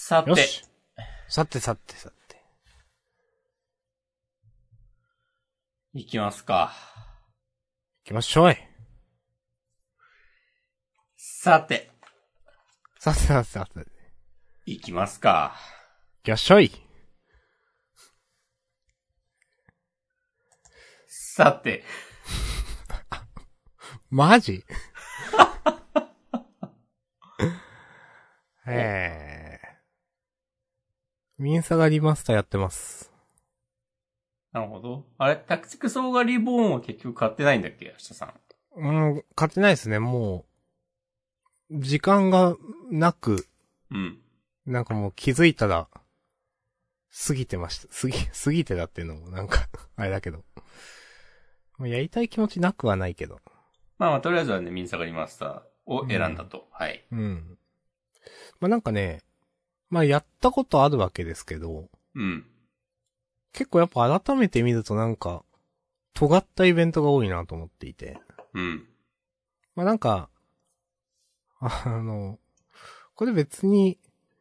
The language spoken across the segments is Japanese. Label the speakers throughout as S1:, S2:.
S1: さて。
S2: よし。さて。
S1: 行きますか。
S2: 行きましょい。
S1: さて。
S2: さて。
S1: 行きますか。
S2: 行きましょい。
S1: さて。
S2: マジミンサガリマスターやってます。
S1: なるほど。あれ、タクティクスオーガリボーンは結局買ってないんだっけ、明日さん。
S2: 買ってないですね、もう。時間がなく、
S1: うん。
S2: なんかもう気づいたら、過ぎてました。過ぎてたっていうのもなんか、あれだけど。やりたい気持ちなくはないけど。
S1: まあ、とりあえずはね、ミンサガリマスターを選んだと。はい。
S2: なんかね、やったことあるわけですけど、
S1: うん。
S2: 結構やっぱ改めて見るとなんか、尖ったイベントが多いなと思っていて。
S1: うん。
S2: なんか、これ別に、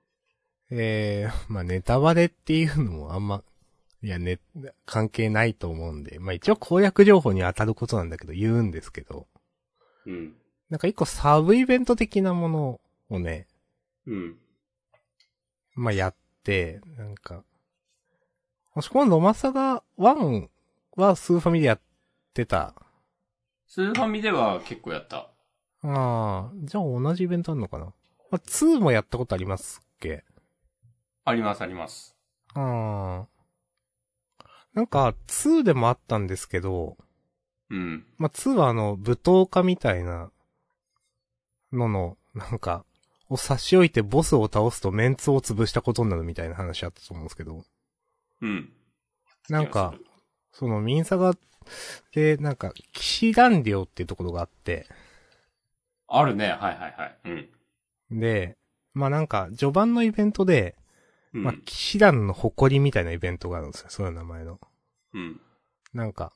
S2: ネタバレっていうのもあんま、関係ないと思うんで、一応公約情報に当たることなんだけど言うんですけど、
S1: うん。
S2: なんか一個サブイベント的なものをね、
S1: うん。
S2: やって、なんか、もしこのロマサガ1はスーファミでやってた。
S1: スーファミでは結構やった。
S2: ああ、じゃあ同じイベントあるのかな。2もやったことありますっけ？
S1: ありますあります。
S2: ああ。なんか、2でもあったんですけど、
S1: うん。
S2: 2は舞踏家みたいなの、なんか、を差し置いてボスを倒すとメンツを潰したことになるみたいな話あったと思うんですけど。
S1: うん。
S2: なんか、そのミンサガで、なんか、騎士団領っていうところがあって。
S1: あるね。はい。
S2: うん。で、なんか、序盤のイベントで、
S1: うん。
S2: 騎士団の誇りみたいなイベントがあるんですよ。そういう名前の。
S1: うん。
S2: なんか、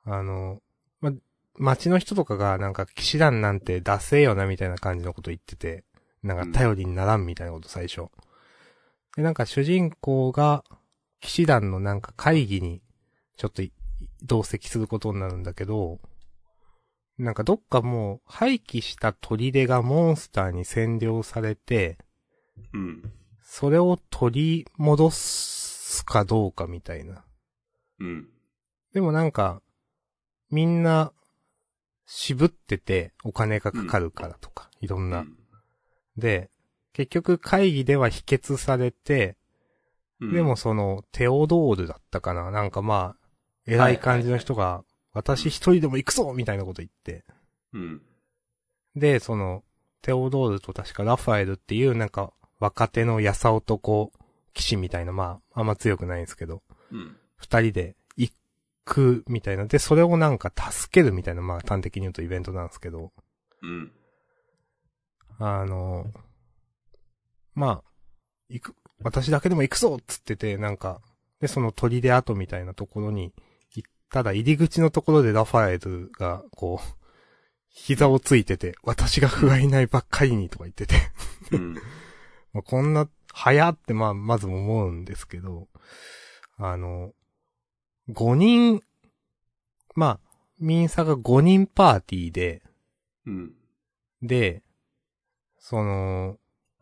S2: 街の人とかがなんか騎士団なんてダセえよなみたいな感じのこと言ってて、なんか頼りにならんみたいなこと最初。で、なんか主人公が騎士団のなんか会議にちょっと同席することになるんだけど、なんかどっかもう廃棄した砦がモンスターに占領されて、
S1: うん。
S2: それを取り戻すかどうかみたいな。
S1: うん。
S2: でもなんか、みんな、渋ってて、お金がかかるからとか、いろんな。
S1: うん。
S2: で、結局会議では否決されて、
S1: うん。
S2: でもその、テオドールだったかな、なんか偉い感じの人が、私一人でも行くぞみたいなこと言って。
S1: うん。
S2: で、その、テオドールと確かラファエルっていうなんか、若手のやさ男騎士みたいな、あんま強くないんですけど、
S1: うん。
S2: 二人で行くみたいな。で、それをなんか助けるみたいな、端的に言うとイベントなんですけど、
S1: うん。
S2: 私だけでも行くぞっつってて、なんか、で、その砦跡みたいなところに行ったら、入り口のところでラファエルが、こう、膝をついてて、私が不甲斐ないばっかりにとか言ってて
S1: うん。
S2: こんな、早ってまず思うんですけど、5人、ミンサが5人パーティーで、
S1: うん。
S2: で、その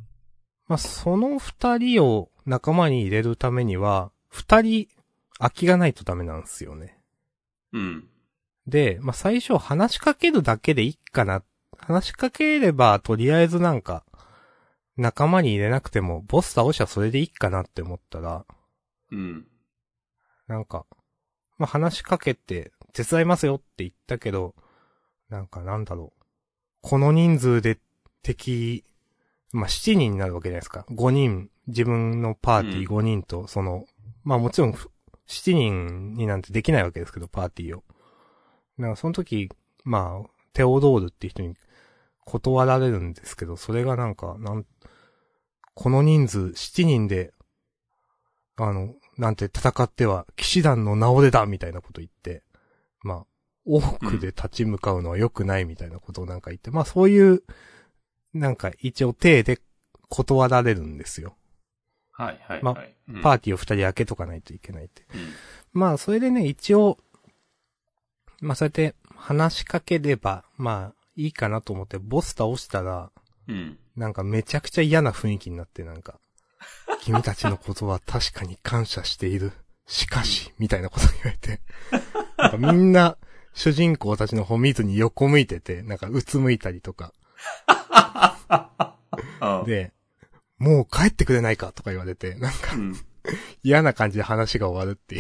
S2: 2人を仲間に入れるためには、2人空きがないとダメなんですよね。
S1: うん。
S2: で、最初話しかけるだけでいいかな。話しかければ、とりあえずなんか、仲間に入れなくても、ボス倒しはそれでいいかなって思ったら、
S1: うん。
S2: なんか、話しかけて、手伝いますよって言ったけど、なんかなんだろう。この人数で敵、7人になるわけじゃないですか。5人、自分のパーティー5人と、もちろん、7人になんてできないわけですけど、パーティーを。その時、テオドールっていう人に断られるんですけど、それがこの人数7人で、なんて戦っては騎士団の名折れだみたいなこと言って、多くで立ち向かうのは良くないみたいなことをなんか言って、そういう、なんか一応手で断られるんですよ。
S1: はいはい、
S2: ま
S1: はい。
S2: パーティーを2人開けとかないといけないって。
S1: うん。
S2: まあ、それでね、一応、まあ、そうやって話しかければ、まあ、いいかなと思ってボス倒したら、
S1: うん。
S2: なんかめちゃくちゃ嫌な雰囲気になって、なんか、君たちのことは確かに感謝している。しかし、みたいなこと言われて。なんかみんな、主人公たちの方見ずに横向いてて、なんかうつむいたりとか。で、もう帰ってくれないかとか言われて、なんか、嫌な感じで話が終わるっていう、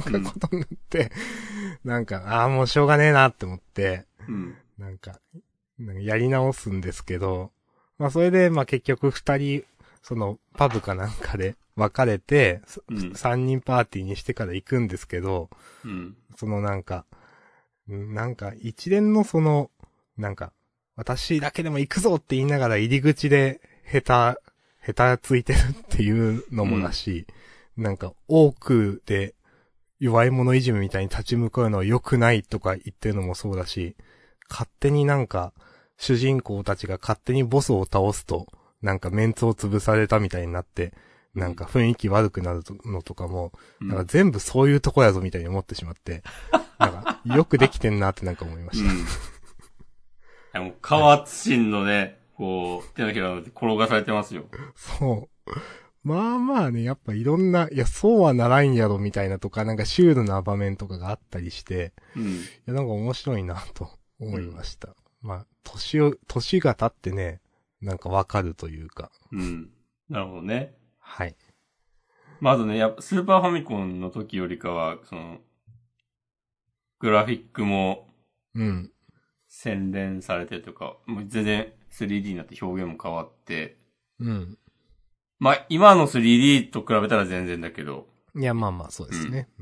S2: なんかことになって、なんか、ああ、もうしょうがねえなって思って、なんかやり直すんですけど、まあそれで、まあ結局二人、その、パブかなんかで別れて、三人パーティーにしてから行くんですけど、そのなんか一連のその、なんか、私だけでも行くぞって言いながら入り口で下手ついてるっていうのもだし、なんか多くで弱い者いじめみたいに立ち向かうのは良くないとか言ってるのもそうだし、勝手になんか、主人公たちが勝手にボスを倒すと、なんかメンツを潰されたみたいになって、なんか雰囲気悪くなるのとかも、なんか全部そういうとこやぞみたいに思ってしまって、なんかよくできてんなってなんか思いました。
S1: もう、河津神のね、こう、手のひらで転がされてますよ。
S2: そう。まあまあね、やっぱいろんな、いや、そうはならんやろみたいなとか、なんかシュールな場面とかがあったりして、いや、なんか面白いなと思いました。まあ、年が経ってね、なんかわかるというか。
S1: なるほどね。
S2: はい。
S1: まずね、やっぱスーパーファミコンの時よりかは、その、グラフィックも、洗練されてるというか、もう全然 3D になって表現も変わって、まあ、今の 3D と比べたら全然だけど。
S2: いや、まあまあ、そうですね。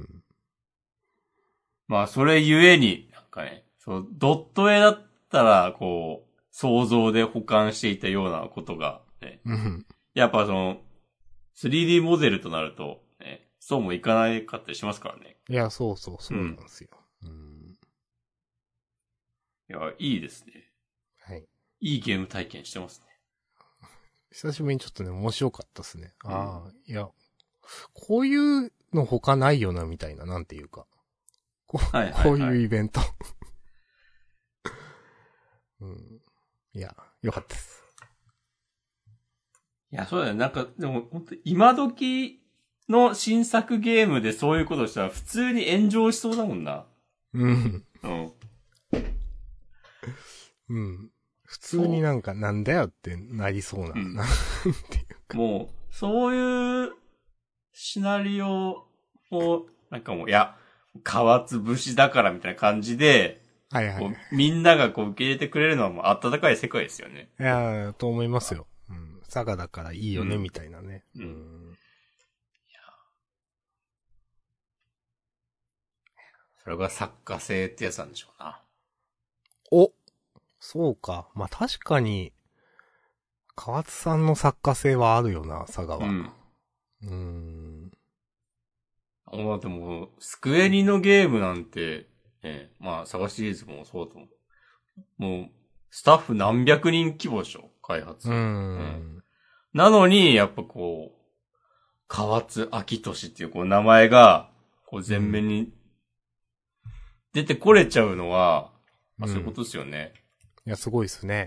S1: まあ、それゆえに、なんかね、そう、ドット絵だったら、こう、想像で保管していたようなことが、ね、やっぱその、3D モデルとなると、ね、そうもいかないかったりしますからね。
S2: いや、そうなんですよ。
S1: いや、いいですね。
S2: はい。
S1: いいゲーム体験してますね。
S2: 久しぶりにちょっとね、面白かったですね。いや、こういうの他ないよな、みたいな、なんていうか。こういうイベント。いや、よかったです。
S1: いや、そうだよ。なんか、でも、本当今時の新作ゲームでそういうことしたら普通に炎上しそうだもんな。
S2: 普通になんか、なんだよってなりそうな、なんていうか。
S1: もう、そういうシナリオを、なんかもう、いや、皮つぶしだからみたいな感じで、みんながこう受け入れてくれるのはもう温かい世界ですよね。
S2: いや、と思いますよ。佐賀だからいいよね、みたいなね。いや。
S1: それが作家性ってやつなんでしょうな。
S2: そうか。まあ、確かに、河津さんの作家性はあるよな、佐賀は。
S1: だってもう、スクエニのゲームなんて、まあ、佐賀シリーズもそうだと思う。もう、スタッフ何百人規模でしょ開発。なのに、やっぱこう、河津明俊っていうこう名前が、こう前面に出てこれちゃうのは、まあそういうことですよね。
S2: いや、すごいですね。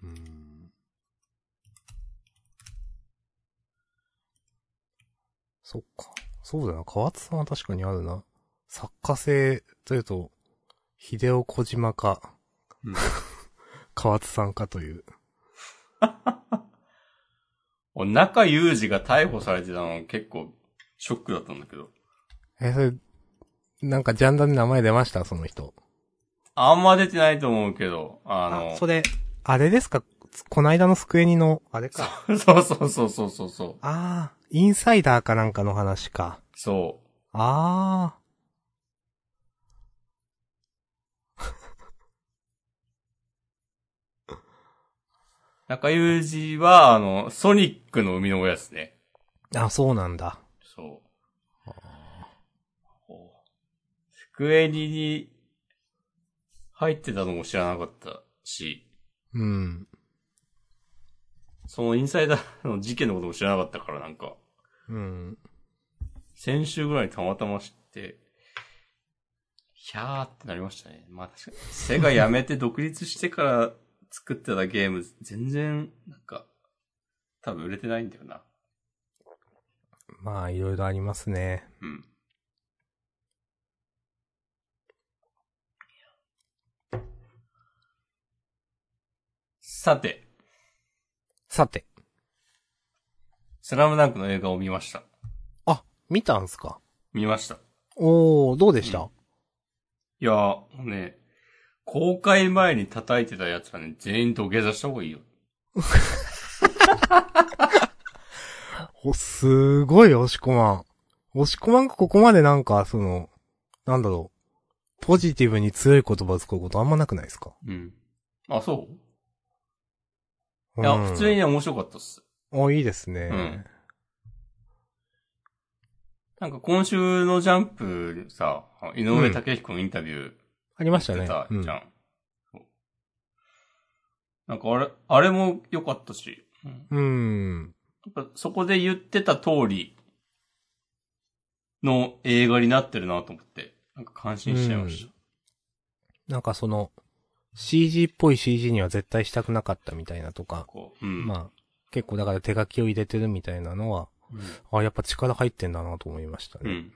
S2: そっか。そうだな。河津さんは確かにあるな。作家性というと、秀夫小島か、河津さんかという。
S1: 中裕二が逮捕されてたの結構ショックだったんだけど。
S2: それ、なんかジャンダンで名前出ましたその人。
S1: あんま出てないと思うけど、
S2: それ、あれですかこないだのスクエニの、あれか。
S1: そう。
S2: インサイダーかなんかの話か。
S1: そう。中裕二は、ソニックの生みの親ですね。
S2: そうなんだ。
S1: そう。スクエニに入ってたのも知らなかったし。そのインサイダーの事件のことも知らなかったからなんか。
S2: うん。
S1: 先週ぐらいにたまたま知って、ひゃーってなりましたね。まあ確かに。セガ辞めて独立してから作ってたゲーム、全然、なんか、多分売れてないんだよな。
S2: まあ、いろいろありますね。
S1: うん。さて、
S2: さて。
S1: スラムダンクの映画を見ました。
S2: あ、見たんすか？
S1: 見ました。
S2: おー、どうでした？
S1: いや、ね、公開前に叩いてたやつはね、全員土下座した方がいいよ。
S2: すごい押し込まん。押し込まんがここまでなんか、なんだろう。ポジティブに強い言葉を使うことあんまなくないですか？
S1: うん。あ、そう
S2: い
S1: いや、普通にね、面白かったっす。
S2: いいですね。
S1: うん。なんか今週のジャンプさ、井上武彦のインタビュー
S2: ありましたね。
S1: 出たじゃん。なんかあれも良かったし。
S2: うん。
S1: やっぱそこで言ってた通りの映画になってるなと思って、なんか感心しちゃいました。
S2: なんかCG っぽい CG には絶対したくなかったみたいなとか。
S1: うん、
S2: まあ、結構だから手書きを入れてるみたいなのは、やっぱ力入ってんだなと思いましたね。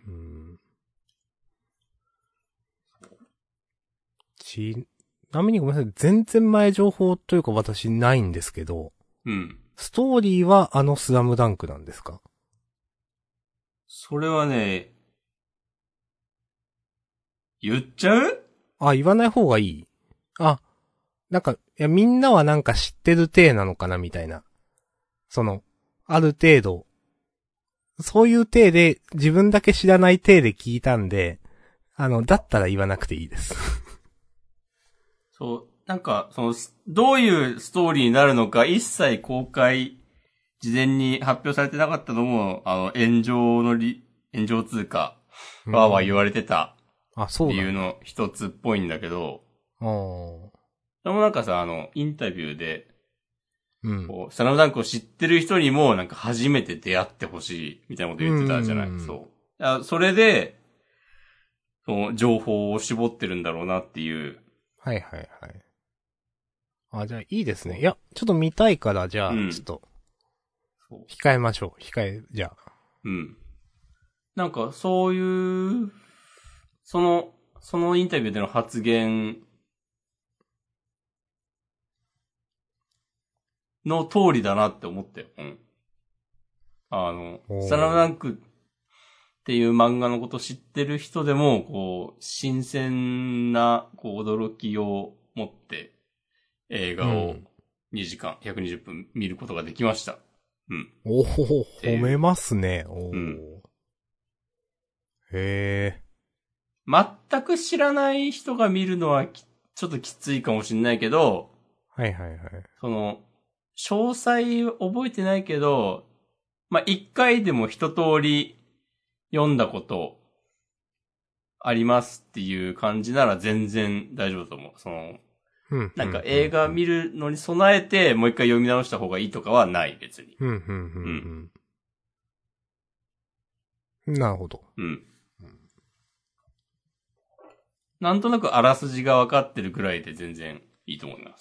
S2: ちなみにごめんなさい。全然前情報というか私ないんですけど。ストーリーはスラムダンクなんですか？
S1: それはね、言っちゃう？
S2: 言わない方がいい。なんか、いや、みんなはなんか知ってる体なのかなみたいな。ある程度、そういう体で、自分だけ知らない体で聞いたんで、だったら言わなくていいです。
S1: そう、なんか、どういうストーリーになるのか一切公開、事前に発表されてなかったのも、炎上通貨、わーわー言われてた理由の一つっぽいんだけど、でもなんかさ、インタビューで、スラムダンクを知ってる人にも、なんか初めて出会ってほしい、みたいなこと言ってたじゃない。そう。それで、情報を絞ってるんだろうなっていう。
S2: はいはいはい。じゃあいいですね。いや、ちょっと見たいから、じゃあ、ちょっと、控えましょう。じゃあ。
S1: なんか、そういう、そのインタビューでの発言の通りだなって思ったよ。スラムダンクっていう漫画のことを知ってる人でも、こう、新鮮な、こう、驚きを持って映画を2時間、120分見ることができました。
S2: 褒めますね。へえ。
S1: 全く知らない人が見るのはちょっときついかもしれないけど、
S2: はいはいはい。
S1: 詳細覚えてないけど、まあ、一回でも一通り読んだことありますっていう感じなら全然大丈夫だと思う。なんか映画見るのに備えてもう一回読み直した方がいいとかはない、別に。
S2: なるほど。
S1: なんとなくあらすじが分かってるくらいで全然いいと思います。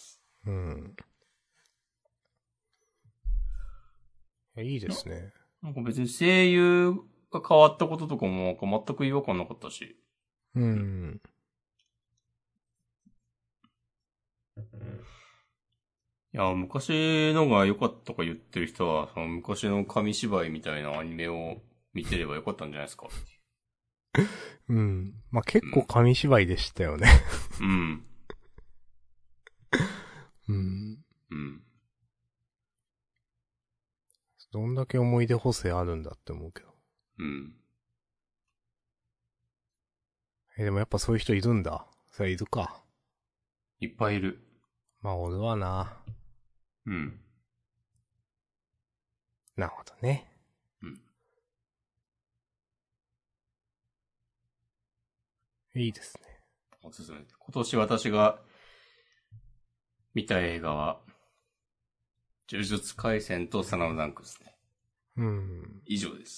S2: いいですね。
S1: なんか別に声優が変わったこととかも全く違和感なかったし。いや、昔のが良かったか言ってる人は、昔の紙芝居みたいなアニメを見てればよかったんじゃないですか。
S2: まあ、結構紙芝居でしたよね。どんだけ思い出補正あるんだって思うけど。でもやっぱそういう人いるんだ。それいるか。
S1: いっぱいいる。
S2: まあ、俺はな。なるほどね。いいですね。
S1: おすすめ。今年私が見た映画は、呪術廻戦とスラムダンクですね。 以上です。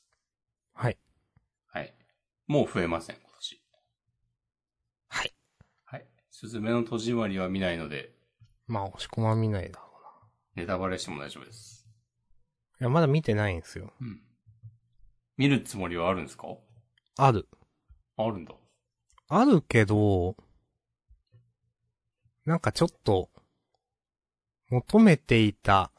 S2: はい。
S1: はい。もう増えません、今年。
S2: はい。
S1: はい。すずめの戸締まりは見ないので。
S2: まあ、押し込まん見ないだろう
S1: な。ネタバレしても大丈夫です。
S2: いや、まだ見てないんですよ。
S1: うん。見るつもりはあるんですか？
S2: ある。
S1: あるんだ。
S2: あるけど、なんかちょっと、求めていた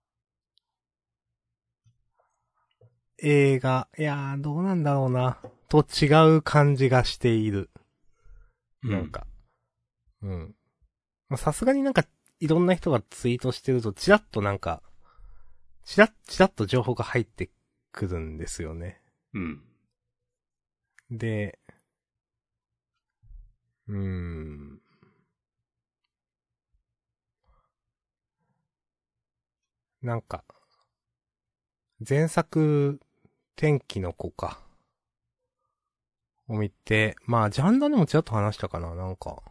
S2: 映画、いやー、どうなんだろうな、と違う感じがしている。なんか。うん。さすがになんか、いろんな人がツイートしてると、チラッとなんか、チラッと情報が入ってくるんですよね。
S1: うん。
S2: で、なんか、前作、天気の子か。を見て、まあ、ジャンダでもちらっと話したかな、なんか。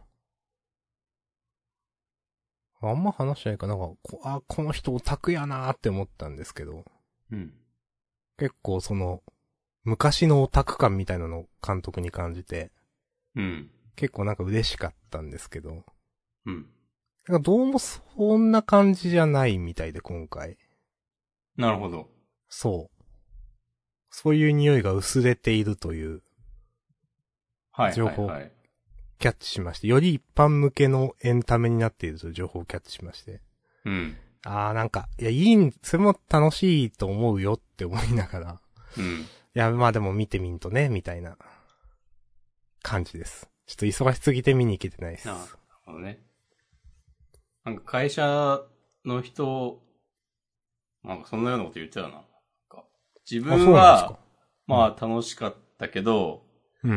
S2: あんま話してないかな、なんか、この人オタクやなーって思ったんですけど。
S1: うん。
S2: 結構その、昔のオタク感みたいなのを監督に感じて。
S1: うん。
S2: 結構なんか嬉しかったんですけど。
S1: うん。
S2: なんかどうもそんな感じじゃないみたいで、今回。
S1: なるほど。
S2: そう。そういう匂いが薄れているという
S1: はい
S2: 情報を
S1: はいはい。
S2: キャッチしまして、より一般向けのエンタメになっているという情報をキャッチしまして。
S1: うん。
S2: なんか、いや、それも楽しいと思うよって思いながら。
S1: うん。
S2: いや、まあでも見てみんとね、みたいな感じです。ちょっと忙しすぎて見に行けてないです。
S1: なるほどね。なんか会社の人、なんかそんなようなこと言ってたな。なんか自分
S2: そうなんですか。
S1: は、まあ楽しかったけど、
S2: うん。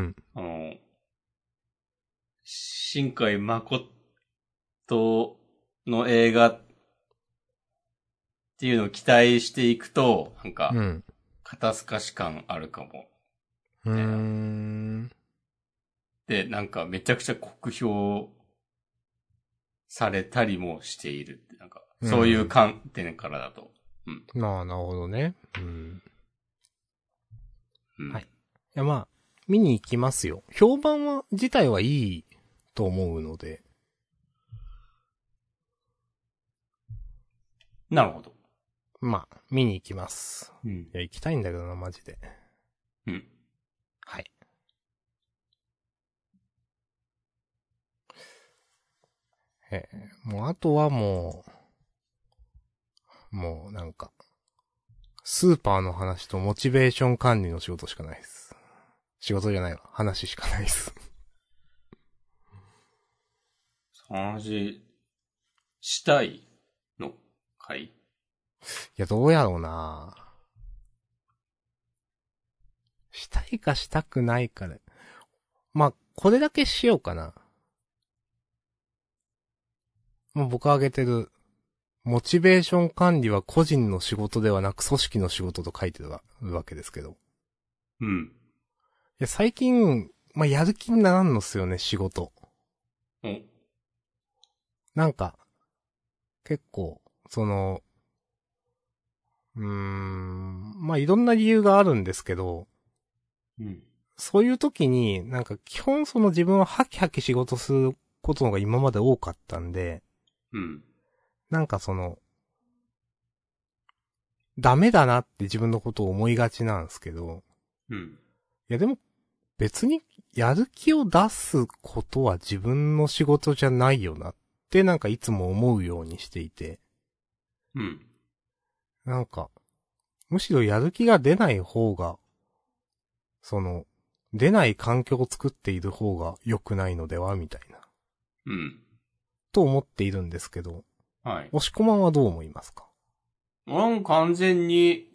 S1: 新海誠の映画っていうのを期待していくと、なんか、
S2: うん。
S1: 肩透かし感あるかも。
S2: うー
S1: みたいな。
S2: ん。
S1: で、なんかめちゃくちゃ酷評されたりもしているって、なんか、そういう観点からだと。うん。
S2: なるほどね。うん。
S1: うん。
S2: はい。いや、まあ、見に行きますよ。評判自体はいいと思うので。
S1: なるほど。
S2: まあ、見に行きます。
S1: うん。
S2: いや、行きたいんだけどな、マジで。
S1: うん。
S2: はい。もう、あとはもうなんか、スーパーの話とモチベーション管理の仕事しかないです。仕事じゃないわ。話しかないです。
S1: 話したいのかい？
S2: いや、どうやろうな。したいかしたくないかで。まあ、これだけしようかな。もう僕挙げてる、モチベーション管理は個人の仕事ではなく組織の仕事と書いてるわけですけど。
S1: うん。
S2: いや、最近、まあ、やる気にならんのっすよね、仕事。
S1: お。
S2: なんか、結構、まあ、いろんな理由があるんですけど、
S1: うん。
S2: そういう時に、なんか基本その自分はハキハキ仕事することの方が今まで多かったんで、
S1: うん。
S2: なんかダメだなって自分のことを思いがちなんですけど、
S1: うん。
S2: いやでも別にやる気を出すことは自分の仕事じゃないよなってなんかいつも思うようにしていて、
S1: うん。
S2: なんか、むしろやる気が出ない方が、出ない環境を作っている方が良くないのではみたいな。
S1: うん。
S2: と思っているんですけど、
S1: はい。
S2: 押し込まんはどう思いますか？
S1: 俺も完全に、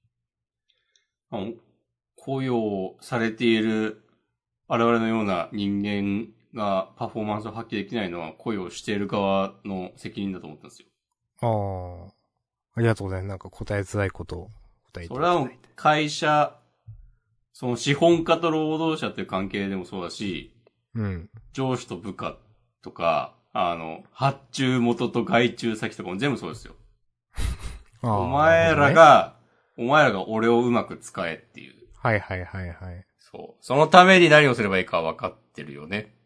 S1: 雇用されている我々のような人間がパフォーマンスを発揮できないのは雇用している側の責任だと思ったんですよ。
S2: ああ、ありがとうございます。なんか答えづらいことを答えてい
S1: それは
S2: ただいて。
S1: 会社、その資本家と労働者っていう関係でもそうだし、
S2: うん。
S1: 上司と部下とか、発注元と外注先とかも全部そうですよ。
S2: ああ、
S1: お
S2: なるほ
S1: 前
S2: どね。
S1: らがお前らが俺をうまく使えっていう。
S2: はいはいはいはい。
S1: そう。そのために何をすればいいか分かってるよね。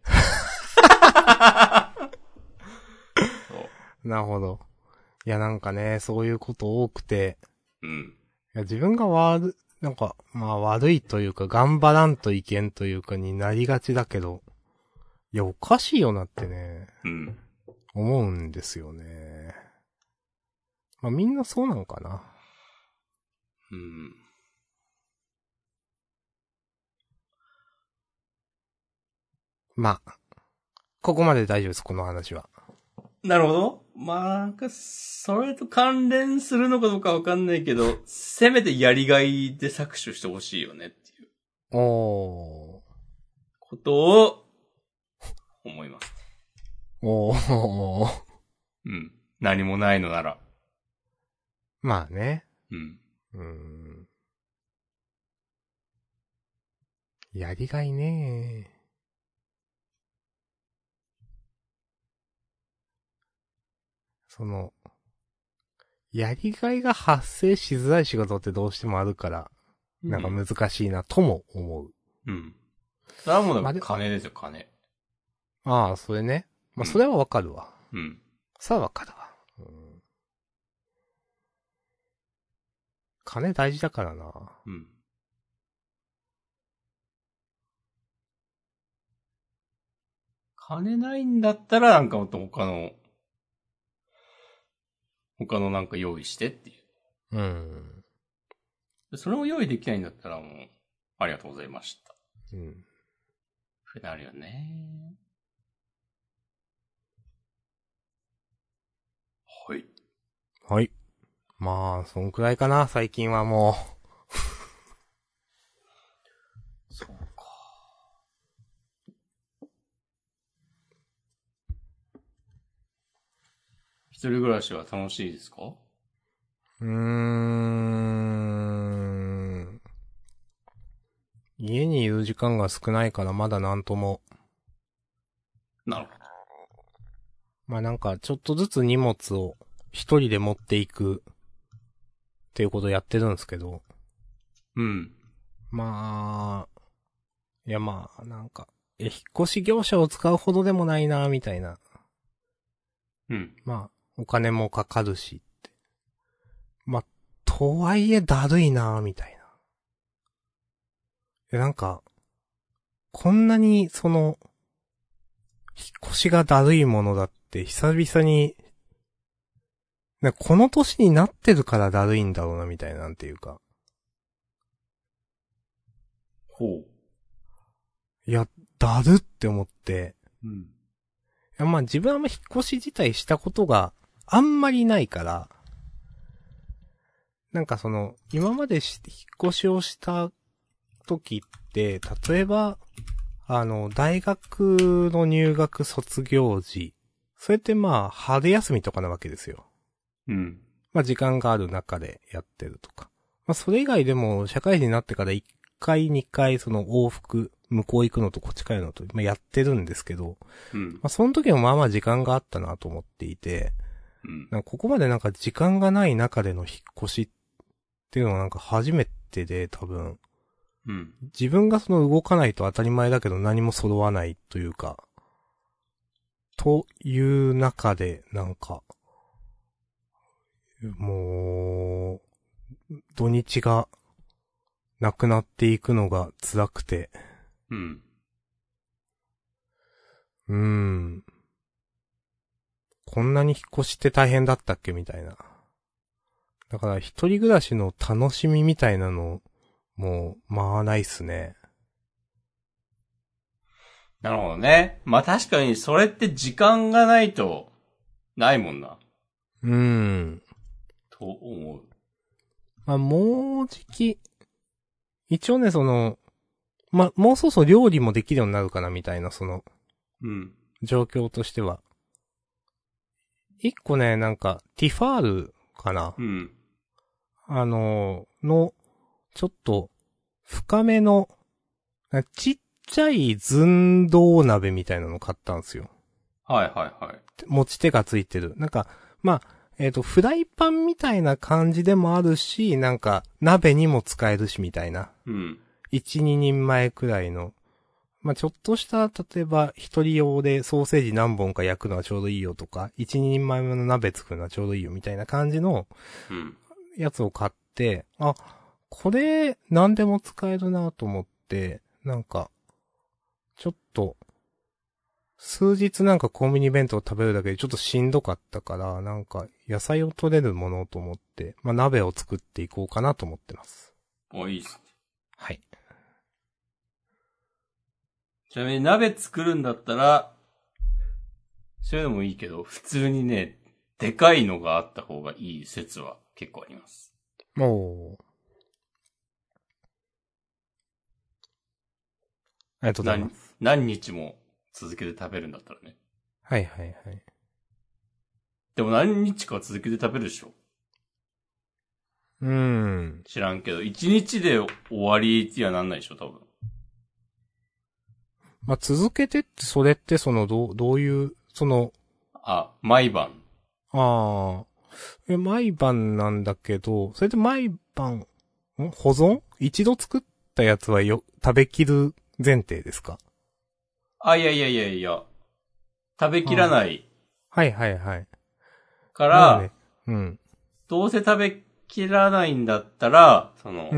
S1: そう。
S2: なるほど。いやなんかね、そういうこと多くて、
S1: うん。
S2: いや自分がなんか、まあ悪いというか、頑張らんといけんというかになりがちだけど、いやおかしいよなってね、
S1: うん。
S2: 思うんですよね。まあみんなそうなのかな。
S1: うん。
S2: まあ、ここまで大丈夫です、この話は。
S1: なるほど。まあ、なんか、それと関連するのかどうかわかんないけど、せめてやりがいで搾取してほしいよねっていう
S2: おー。
S1: ことを思います。
S2: おー。
S1: うん。何もないのなら。
S2: まあね。
S1: うん。
S2: やりがいねやりがいが発生しづらい仕事ってどうしてもあるから、なんか難しいなとも思う。
S1: うん。それはもうだ
S2: まあ
S1: から金ですよ、金。
S2: ああ、それね。まあ、それはわかるわ。
S1: うん。
S2: さあわかるわ。金大事だからな。
S1: うん。金ないんだったら、なんかもっと他のなんか用意してっていう。
S2: うん。
S1: それも用意できないんだったらもう、ありがとうございました。
S2: うん。
S1: ふなるよね。はい。
S2: はい。まあ、そんくらいかな、最近はも
S1: そうか。一人暮らしは楽しいですか？
S2: う。家にいる時間が少ないからまだなんとも。
S1: なるほ
S2: まあなんか、ちょっとずつ荷物を一人で持っていくっていうことをやってるんですけど。
S1: ど。うん。
S2: まあ、いやまあ、なんか、引っ越し業者を使うほどでもないな、みたいな。
S1: うん。
S2: まあ、お金もかかるしって。まあ、とはいえだるいな、みたいな。なんか、こんなに、引っ越しがだるいものだって久々に、この年になってるからだるいんだろうな、みたいなんていうか。
S1: ほう。
S2: いや、だるって思って。
S1: うん。
S2: いや、まあ自分はあんま引っ越し自体したことがあんまりないから、なんか今まで引っ越しをした時って、例えば、大学の入学卒業時、それってまあ、春休みとかなわけですよ。
S1: うん。
S2: まあ時間がある中でやってるとか。まあそれ以外でも社会人になってから1回2回往復、向こう行くのとこっち帰るのと、まあやってるんですけど、
S1: うん。
S2: まあその時もまあまあ時間があったなと思っていて、
S1: うん。
S2: なんかここまでなんか時間がない中での引っ越しっていうのはなんか初めてで多分、
S1: うん。
S2: 自分が動かないと当たり前だけど何も揃わないというか、という中でなんか、もう、土日がなくなっていくのが辛くて。
S1: うん。
S2: こんなに引っ越しって大変だったっけみたいな。だから一人暮らしの楽しみみたいなの、もう、まあないっすね。
S1: なるほどね。まあ確かにそれって時間がないと、ないもんな。と思う。
S2: まあもうじき、一応ねまあもうそろそろ料理もできるようになるかなみたいな
S1: うん。
S2: 状況としては。一個ね、なんか、ティファールかな
S1: うん。
S2: ちょっと、深めの、ちっちゃい寸胴鍋みたいなの買ったんですよ。
S1: はいはいはい。
S2: 持ち手がついてる。なんか、まあ、 フライパンみたいな感じでもあるし、なんか、鍋にも使えるしみたいな。
S1: うん。
S2: 1、2人前くらいの。まあ、ちょっとした、例えば、一人用でソーセージ何本か焼くのはちょうどいいよとか、1、2人前の鍋作るのはちょうどいいよみたいな感じの
S1: うん。
S2: やつを買って、あ、これ、何でも使えるなと思って、なんか、ちょっと、数日なんかコンビニ弁当を食べるだけでちょっとしんどかったから、なんか野菜を取れるものと思って、まあ鍋を作っていこうかなと思ってます。
S1: いいっすね。
S2: はい。
S1: ちなみに鍋作るんだったら、そういうのもいいけど、普通にね、でかいのがあった方がいい説は結構あります。
S2: おー。ありがとうございます。
S1: 何日も続けて食べるんだったらね。
S2: はいはいはい。
S1: でも何日か続けて食べるでしょ？知らんけど、1日で終わりにはなんないでしょ、多分。
S2: まあ続けてって、それってどういう、
S1: 毎晩。
S2: 毎晩なんだけど、それで毎晩、保存一度作ったやつは食べきる前提ですか？
S1: いや。食べきらない
S2: はいはいはい。
S1: から、
S2: まあね、うん。
S1: どうせ食べきらないんだったら、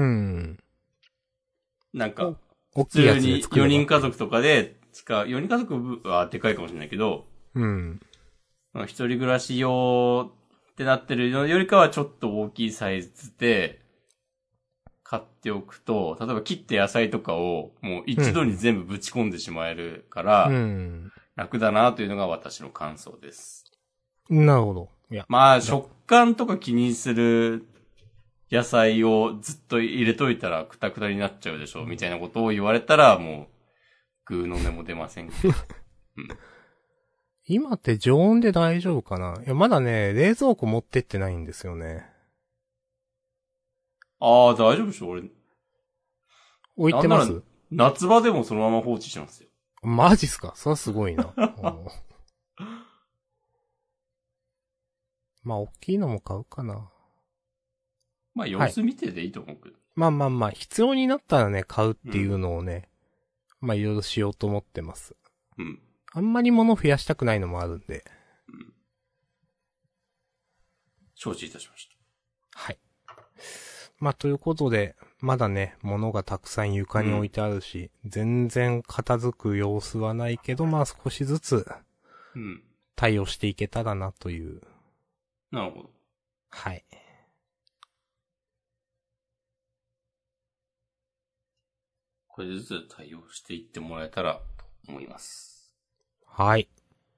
S1: なんか、
S2: 大きいや
S1: 普通に
S2: つで作れば。
S1: 4人家族とかで4人家族はでかいかもしれないけど、一人暮らし用ってなってるのよりかはちょっと大きいサイズで買っておくと、例えば切って野菜とかをもう一度に全部ぶち込んでしまえるから、楽だなというのが私の感想です。
S2: なるほど。
S1: まあ、食感とか気にする野菜をずっと入れといたらクタクタになっちゃうでしょみたいなことを言われたらもう、グーの音も出ませんけど。
S2: 今って常温で大丈夫かな？まだね、冷蔵庫持ってってないんですよね。
S1: 大丈夫でしょ俺。
S2: 置いてます？
S1: 夏場でもそのまま放置してますよ。
S2: マジっすか？それはすごいな。まあ、大きいのも買うかな。
S1: まあ、様子見てでいいと思うけど。
S2: まあ、必要になったらね、買うっていうのをね、まあ、いろいろしようと思ってます。あんまり物増やしたくないのもあるんで。
S1: 承知いたしました。
S2: はい。まあ、ということで、まだね、物がたくさん床に置いてあるし、全然片付く様子はないけど、まあ少しずつ、対応していけたらなという。
S1: なるほど。
S2: はい。
S1: これずつ対応していってもらえたらと思います。
S2: はい。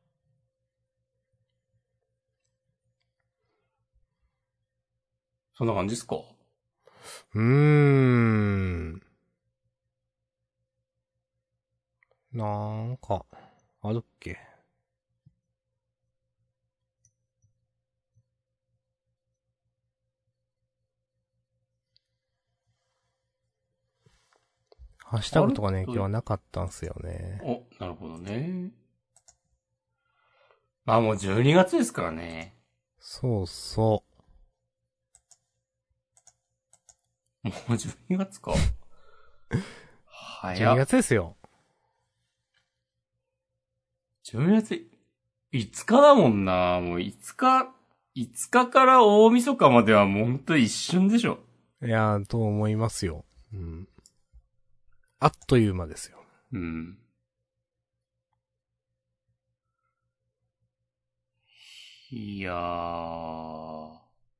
S1: そんな感じですか？
S2: なんか、あるっけ？ハッシュタグとかね、今日はなかったんすよね。
S1: なるほどね。まあもう12月ですからね。
S2: そうそ
S1: もう12月か。
S2: 12月ですよ。
S1: 12月5日だもんな。もう5日から大晦日まではもうほんと一瞬でしょ。
S2: いやと思いますよ。あっという間ですよ。
S1: いやー。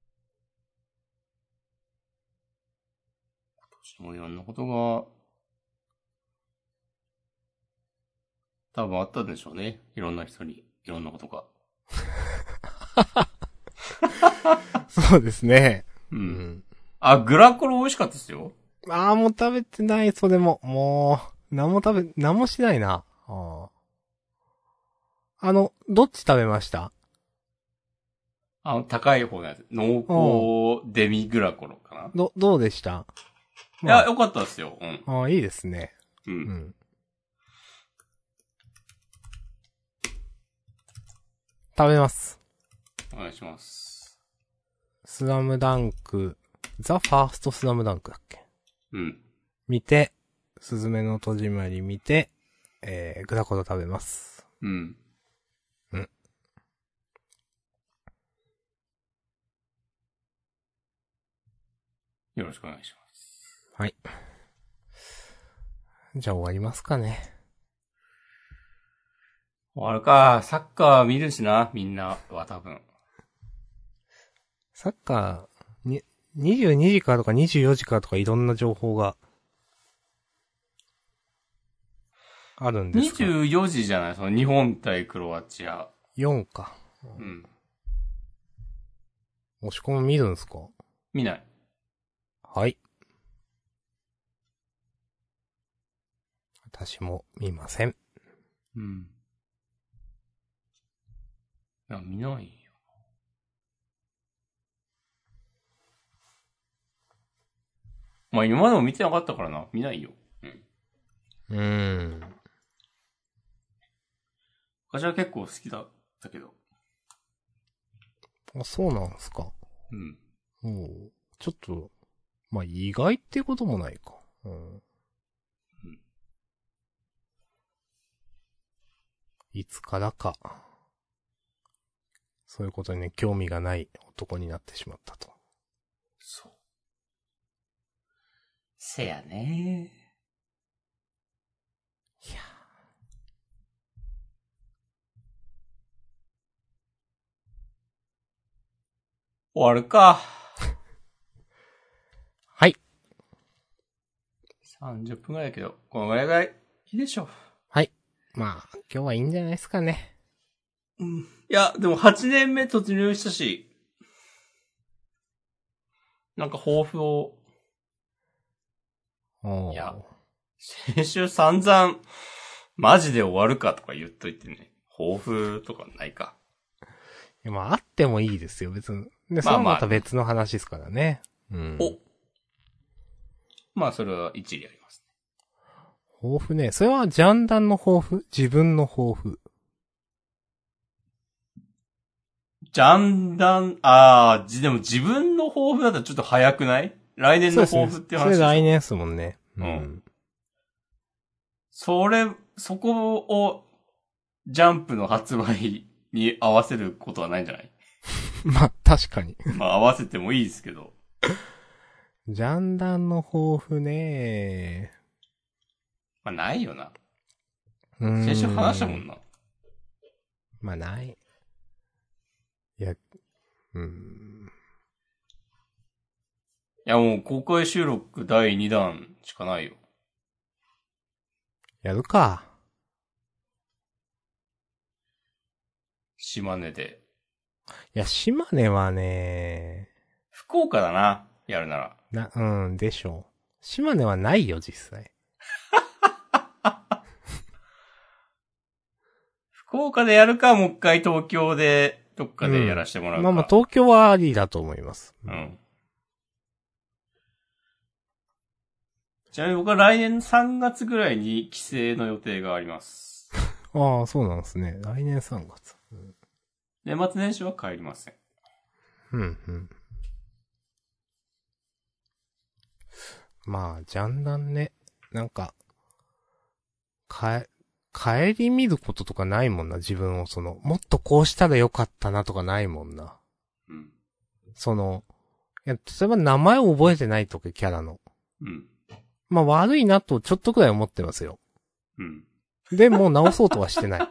S1: 今年もいろんなことが、多分あったんでしょうね。いろんな人に、いろんなことが。
S2: そうですね。
S1: グラコロ美味しかったですよ。
S2: もう食べてない、それも。もう、何もしないな。どっち食べました？
S1: 高い方のやつ。濃厚デミグラコロかな。
S2: どうでした？
S1: いや、よかったですよ。
S2: いいですね。食べます。
S1: お願いします。
S2: スラムダンク、ザ・ファーストスラムダンクだっけ？
S1: うん。
S2: 見て、すずめの戸締まり見て、グラコロ食べます。
S1: うん。
S2: うん。
S1: よろしくお願いします。
S2: はい。じゃあ終わりますかね。
S1: 終わるか。サッカー見るしな、みんなは多分。
S2: サッカー、22時からとか24時からとかいろんな情報があるんですか？
S1: 24時じゃない？その日本対クロアチア。
S2: 4 か。
S1: うん。
S2: 押し込み見るんすか？
S1: 見ない。
S2: はい。私も見ません。
S1: うん。いや、見ないよ。まあ今までも見てなかったからな。見ないよ。うん。昔は結構好きだったけど。
S2: あ、そうなんすか。
S1: うん。
S2: おうちょっと、まあ、意外っていうこともないか。うん。いつからか。そういうことにね、興味がない男になってしまったと。
S1: そう。せやね。
S2: いや。
S1: 終わるか。
S2: はい。
S1: 30分ぐらいだけど、このぐらいいいでしょう。
S2: はい。まあ、今日はいいんじゃないですかね。
S1: うん。いや、でも8年目突入したし、なんか抱負を、いや、先週散々、マジで終わるかとか言っといてね。抱負とかないか。
S2: いやまあ、あってもいいですよ、別に。で、それはまた別の話ですからね。うん。
S1: お。まあ、それは一理ありますね。
S2: 抱負ね。それはジャンダンの抱負？自分の抱負？
S1: ジャンダン、でも自分の抱負だったらちょっと早くない？来年の抱負っていう話でしょ。
S2: それ来年ですもんね。
S1: うん。そこを、ジャンプの発売に合わせることはないんじゃない？
S2: まあ、確かに。
S1: まあ、合わせてもいいですけど。
S2: ジャンダンの抱負ね。
S1: まあ、ないよな。先週話したもんな。
S2: まあ、ない。いや、
S1: いや、もう公開収録第2弾しかないよ。
S2: やるか。
S1: 島根で。
S2: いや、島根はね、
S1: 福岡だな。やるなら。
S2: でしょう。島根はないよ、実際。
S1: 福岡でやるか、もう一回東京で、どっかでやらせてもらうか。
S2: まあ、東京はありだと思います。
S1: うん。ちなみに僕は来年3月ぐらいに帰省の予定があります。
S2: ああ、そうなんですね。来年3月。
S1: 年末年始は帰りません。
S2: まあ、ジャンダンね。なんか、帰り見ることとかないもんな、自分をもっとこうしたらよかったなとかないもんな。
S1: うん。
S2: いや、例えば名前を覚えてないとか、キャラの。
S1: うん。
S2: まあ悪いなとちょっとくらい思ってますよ。
S1: うん。
S2: で、もう直そうとはしてない。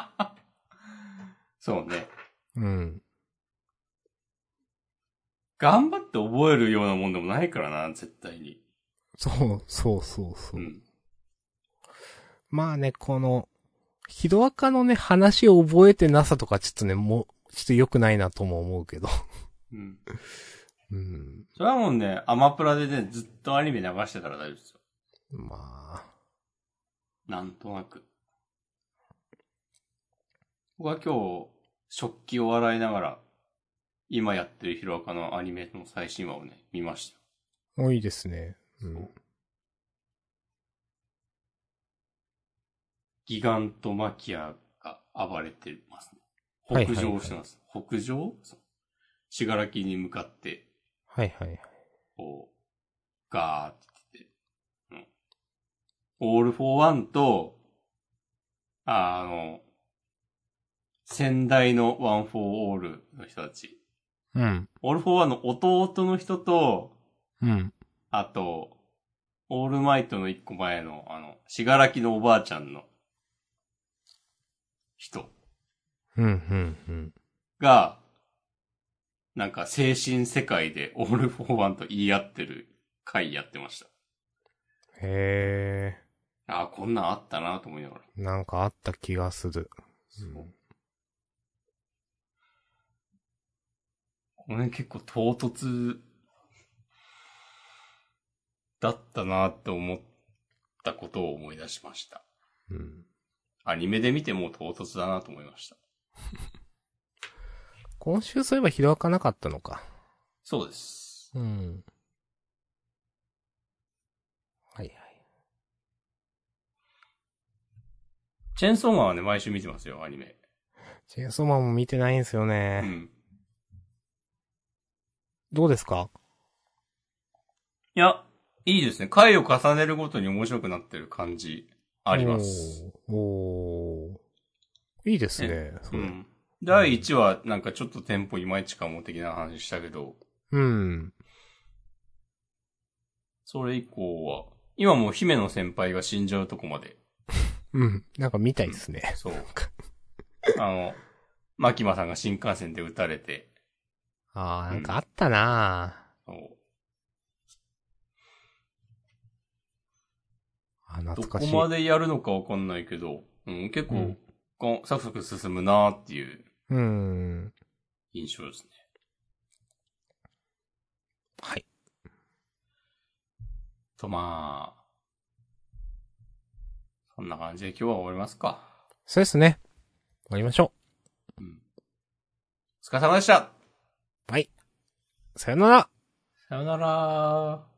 S1: そうね。
S2: うん。
S1: 頑張って覚えるようなもんでもないからな、絶対に。
S2: そう。うん、まあね、ヒロアカのね、話を覚えてなさとかちょっとね、もう、ちょっと良くないなとも思うけど。
S1: うん。
S2: うん。
S1: それはもうね、アマプラでね、ずっとアニメ流してたら大丈夫ですよ。
S2: まあ。
S1: なんとなく。僕は今日、食器を洗いながら、今やってるヒロアカのアニメの最新話をね、見ました。
S2: 多いですね。うん。
S1: ギガントマキアが暴れてますね。北上してます。北上死柄木に向かって、
S2: はいはいはい。
S1: こう、ガーって言って、オールフォーワンと、先代のワンフォーオールの人たち。
S2: うん。
S1: オールフォーワンの弟の人と、
S2: うん。
S1: あと、オールマイトの一個前の、死柄木のおばあちゃんの人
S2: うん、うん、うん。
S1: が、なんか精神世界でオールフォーワンと言い合ってる回やってました。
S2: へ
S1: ああ、こんなんあったなと思いながら。
S2: ー。なんかあった気がする。
S1: そう。この辺結構唐突だったなって思ったことを思い出しました。
S2: うん。
S1: アニメで見ても唐突だなと思いました。
S2: 今週そういえばヒロアカなかったのか。
S1: そうです。
S2: うん。はいはい。
S1: チェーンソーマンはね、毎週見てますよ、アニメ。
S2: チェーンソーマンも見てないんですよね。
S1: うん。
S2: どうですか？
S1: いや、いいですね。回を重ねるごとに面白くなってる感じあります。
S2: おー。いいですね、それ。
S1: うん。第1話なんかちょっとテンポいまいちかも的な話したけど、
S2: うん。
S1: それ以降は、今もう姫の先輩が死んじゃうとこまで。
S2: うん。なんか見たいですね。
S1: そう。マキマさんが新幹線で撃たれて。
S2: あー、なんかあったな
S1: そう。
S2: 懐かしい。
S1: どこまでやるのかわかんないけど、結構、サクサク進むなーっていう印象ですね。
S2: はい。
S1: まあ、そんな感じで今日は終わりますか。
S2: そうですね。終わりましょ
S1: う。お疲れ様でした。
S2: はい。さよなら。
S1: さよなら。